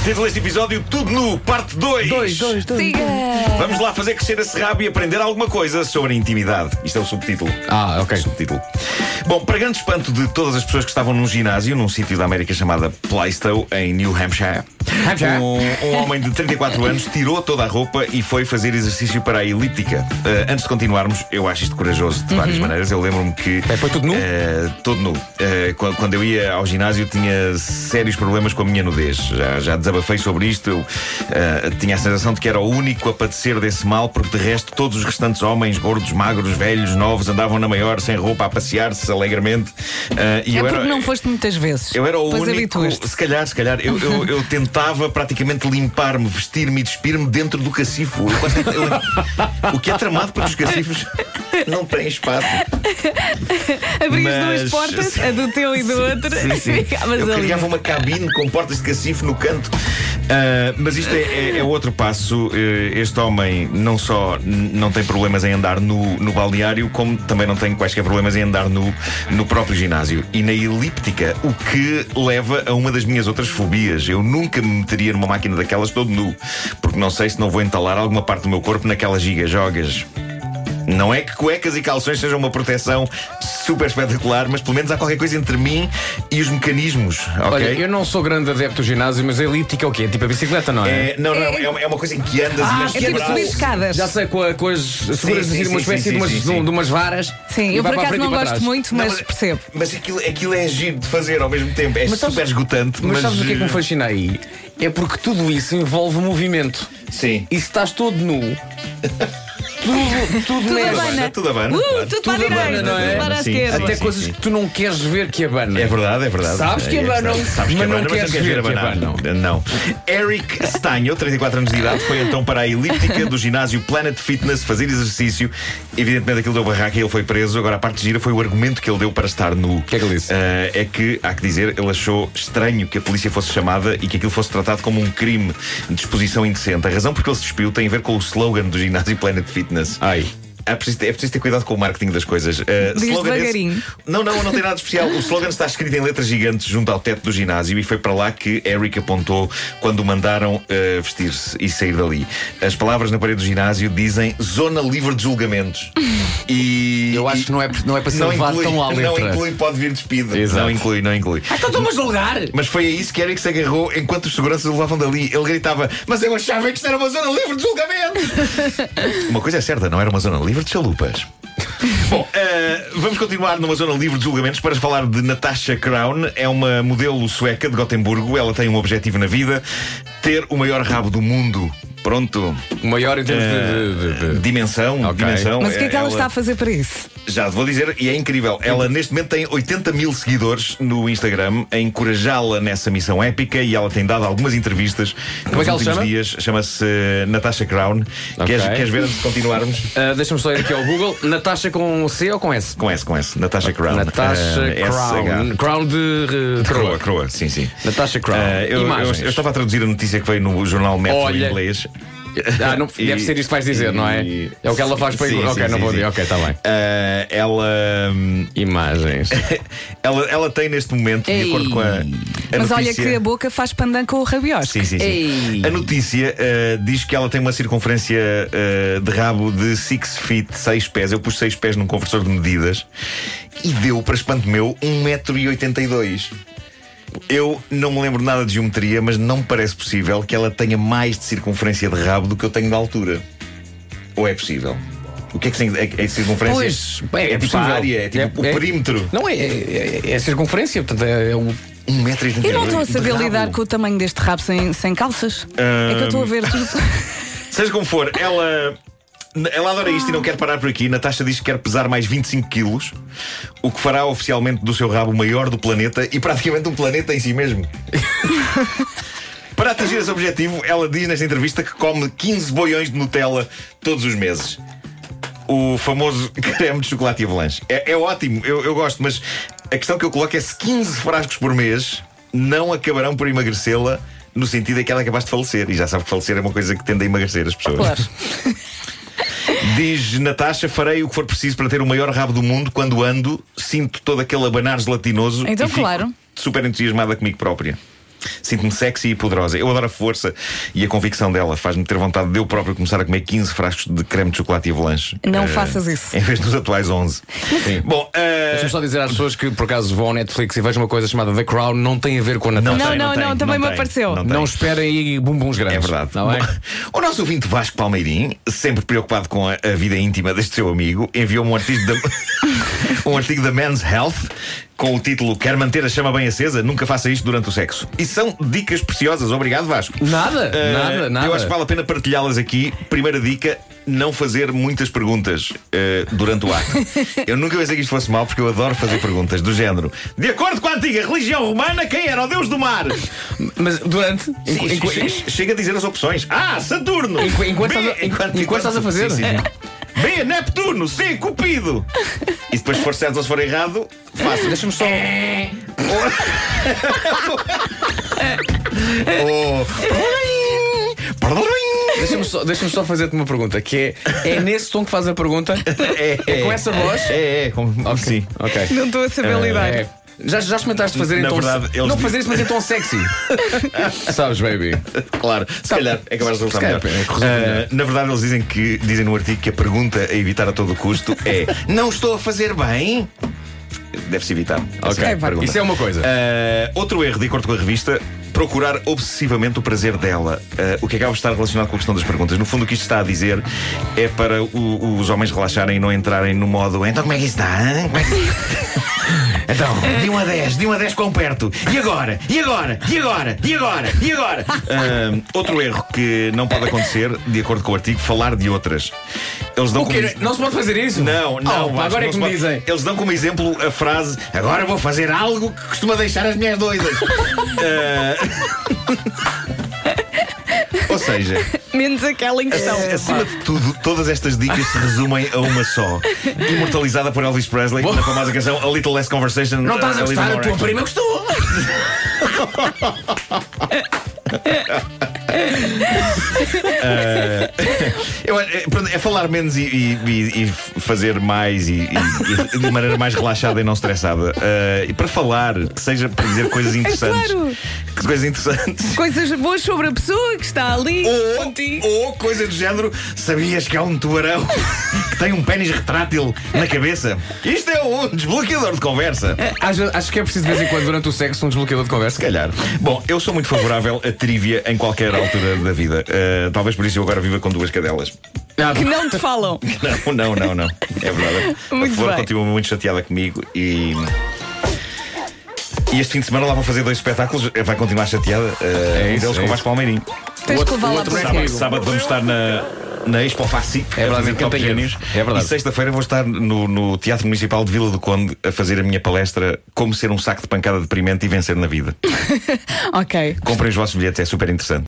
Título deste episódio: Tudo Nu, parte 2. Siga! Vamos lá fazer crescer esse rabo e aprender alguma coisa sobre a intimidade. Isto é o subtítulo. Ok. Subtítulo. Bom, para grande espanto de todas as pessoas que estavam num ginásio, num sítio da América chamada Plaistow, em New Hampshire, um homem de 34 anos tirou toda a roupa e foi fazer exercício para a elíptica. Antes de continuarmos, eu acho isto corajoso de várias maneiras. Eu lembro-me que... Foi tudo nu? Todo nu. Quando eu ia ao ginásio, tinha sérios problemas com a minha nudez. Já desabafei sobre isto. Eu tinha a sensação de que era o único a padecer desse mal, porque de resto todos os restantes homens, gordos, magros, velhos, novos, andavam na maior, sem roupa, a passear-se alegremente. Não foste muitas vezes. Eu era o Pois único. habituaste. Se calhar, eu tentava praticamente limpar-me, vestir-me e despir-me dentro do cacifo. O que é tramado, porque os cacifos não têm espaço. Abrias duas portas, a do teu e do outro. Sim. Ficavas Eu ali. criava uma cabine com portas de cacifo no canto. Mas isto é outro passo. Este homem não só não tem problemas em andar no balneário, como também não tem quaisquer problemas em andar no próprio ginásio. E na elíptica, o que leva a uma das minhas outras fobias. Eu nunca me meteria numa máquina daquelas todo nu, porque não sei se não vou entalar alguma parte do meu corpo naquelas giga-jogas. Não é que cuecas e calções sejam uma proteção super espetacular, mas pelo menos há qualquer coisa entre mim e os mecanismos, ok? Olha, eu não sou grande adepto do ginásio, mas a elíptica é o quê? É tipo a bicicleta, não é? É uma coisa em que andas e nas É tipo subir escadas. Já sei, com as seguras sim, uma espécie de umas varas. Sim, e eu vai por para a acaso frente não e para gosto trás. muito, mas percebo. Mas aquilo é giro de fazer ao mesmo tempo. É Mas super sabes- esgotante. Mas sabes o que é que me fascina aí? É porque tudo isso envolve movimento. Sim. E se estás todo nu, tudo mexe. abana. Tudo abana. Tudo para a abana, direita, não é? tudo para a Sim, esquerda. Até sim, coisas sim. que tu não queres ver que abana. É verdade. Sabes que abanam, Sabes que mas não abanam, queres ver que abanar. abanam. Não. Eric Stanho, 34 anos de idade, foi então para a elíptica do ginásio Planet Fitness fazer exercício. Evidentemente aquilo deu barraca e ele foi preso. Agora a parte gira foi o argumento que ele deu para estar nu. O que é que ele disse? É que, há que dizer, ele achou estranho que a polícia fosse chamada e que aquilo fosse tratado como um crime de exposição indecente. A razão por que ele se despiu tem a ver com o slogan do ginásio Planet Fitness. Ai. É preciso ter cuidado com o marketing das coisas. Diz Slogan devagarinho. Não tem nada de especial. O slogan está escrito em letras gigantes junto ao teto do ginásio e foi para lá que Eric apontou quando o mandaram vestir-se e sair dali. As palavras na parede do ginásio dizem zona livre de julgamentos. E Eu acho que não é para ser levado tão à letra. Não inclui, pode vir despido. Exato. Não inclui. Então estou-me a julgar! Mas foi a isso que Eric se agarrou enquanto os seguranças o levavam dali. Ele gritava: mas eu achava que isto era uma zona livre de julgamento. Uma coisa é certa, não era uma zona livre de chalupas. Bom, vamos continuar numa zona livre de julgamentos para falar de Natasha Crown. É uma modelo sueca de Gotemburgo. Ela tem um objetivo na vida: ter o maior rabo do mundo. Pronto. O maior em termos de Dimensão. Ok. Dimensão. Mas o que é que ela está a fazer para isso? Já te vou dizer, e é incrível. Ela neste momento tem 80 mil seguidores no Instagram, a encorajá-la nessa missão épica, e ela tem dado algumas entrevistas Como é nos que ela se últimos chama? dias. Chama-se Natasha Crown. Ok. Queres ver antes de continuarmos? Deixa-me só ir aqui ao Google. Natasha com C ou com S? Com S. Natasha Crown. Natasha Crown. Crown de coroa. Croa, sim. Natasha Crown. Imagens. Eu estava a traduzir a notícia que veio no jornal Metro Olha. em inglês. Não, deve ser isto que vais dizer, não é? É o que ela faz para Sim, ok, sim, não vou sim. dizer. Ok, está bem. Imagens. Ela tem neste momento, de Ei. acordo com a Mas olha notícia... que a boca faz pandan com o rabiosco. Sim. Ei. A notícia diz que ela tem uma circunferência de rabo de 6 feet, 6 pés. Eu pus 6 pés num conversor de medidas e deu, para espanto meu, 1,82 m. Eu não me lembro nada de geometria, mas não me parece possível que ela tenha mais de circunferência de rabo do que eu tenho de altura. Ou é possível? O que é que tem? É circunferência? Pois, é tipo possível. a área, é tipo o perímetro. Não é a circunferência, portanto é o. 1,82 m. Eu não estou a saber lidar com o tamanho deste rabo sem calças. É que eu estou a ver tudo. Seja como for, ela adora isto e não quer parar por aqui. Natasha diz que quer pesar mais 25 quilos, o que fará oficialmente do seu rabo o maior do planeta e praticamente um planeta em si mesmo. Para atingir esse objetivo, ela diz nesta entrevista que come 15 boiões de Nutella todos os meses. O famoso creme de chocolate e avalanche. É ótimo, eu gosto, mas a questão que eu coloco é se 15 frascos por mês não acabarão por emagrecê-la, no sentido em que ela é capaz de falecer. E já sabe que falecer é uma coisa que tende a emagrecer as pessoas. Claro. Diz Natasha: farei o que for preciso para ter o maior rabo do mundo. Quando ando, sinto todo aquele abanar gelatinoso Então, e fico claro. super entusiasmada comigo própria. Sinto-me sexy e poderosa. Eu adoro a força e a convicção dela. Faz-me ter vontade de eu próprio começar a comer 15 frascos de creme de chocolate e avalanche. Não faças isso. Em vez dos atuais 11. Sim. Bom, deixa-me só dizer às pessoas que por acaso vão ao Netflix e vejam uma coisa chamada The Crown. Não tem a ver com a Natasha. Não, também me apareceu. Não esperem aí bumbuns grandes. É verdade. Não é? Bom, o nosso ouvinte Vasco Palmeirim, sempre preocupado com a vida íntima deste seu amigo, enviou-me um artigo da Men's Health com o título "Quer manter a chama bem acesa? Nunca faça isto durante o sexo". E são dicas preciosas. Obrigado, Vasco. Nada. Eu acho que vale a pena partilhá-las aqui. Primeira dica: não fazer muitas perguntas durante o ato. Eu nunca pensei que isto fosse mal, porque eu adoro fazer perguntas do género: de acordo com a antiga religião romana, quem era o deus do mar? Mas durante. Chega a dizer as opções. Saturno! Enquanto estás a fazer? Sim. B, Neptuno. C, Cupido. E depois, se for certo ou se for errado, faço. Deixa-me só. Deixa-me só fazer-te uma pergunta, que é nesse tom que faz a pergunta? É com essa voz? Sim. Ok. Não estou a saber lidar. Já experimentaste fazer em tom sexy? Não fazer isso, mas em tom sexy. Sabes, baby? Claro, se calhar é capaz de resultar melhor. Na verdade, eles dizem no artigo que a pergunta a evitar a todo custo é: não estou a fazer bem? Deve-se evitar. Ok, isso é uma coisa. Outro erro, de acordo com a revista: procurar obsessivamente o prazer dela. O que acaba de estar relacionado com a questão das perguntas. No fundo, o que isto está a dizer é para os homens relaxarem e não entrarem no modo: então como é que isso está? Então, de 1 a 10 quão perto? E agora? E agora? E agora? E agora? E agora? Outro erro que não pode acontecer, de acordo com o artigo: falar de outras. Eles dão Não se pode fazer isso? Não. Agora é que me dizem. Eles dão como exemplo a frase: agora vou fazer algo que costuma deixar as mulheres doidas. Ou seja, menos aquela em questão. Acima de tudo, todas estas dicas se resumem a uma só, imortalizada por Elvis Presley na famosa canção A Little Less Conversation. Não estás a gostar, a tua prima gostou. É falar menos e fazer mais e de maneira mais relaxada e não estressada. E para falar, que seja para dizer coisas interessantes. Claro. Coisas interessantes. Coisas boas sobre a pessoa que está ali contigo. Ou coisa do género: sabias que há um tubarão que tem um pénis retrátil na cabeça? Isto é um desbloqueador de conversa. Acho que é preciso de vez em quando durante o sexo um desbloqueador de conversa. Se calhar. Bom, eu sou muito favorável a trivia em qualquer altura da vida. Talvez por isso eu agora viva com 2 cadelas. Que não te falam. Não. É verdade. Muito a Flor bem. continua muito chateada comigo e este fim de semana lá vão fazer 2 espetáculos. Vai continuar chateada. Um deles com o Vasco Palmeirim. Tens que levar lá para Sábado vamos estar na Expo Faci. É verdade, É verdade. E sexta-feira vou estar no Teatro Municipal de Vila do Conde a fazer a minha palestra: como ser um saco de pancada deprimente e vencer na vida. Ok. Comprem os vossos bilhetes, é super interessante.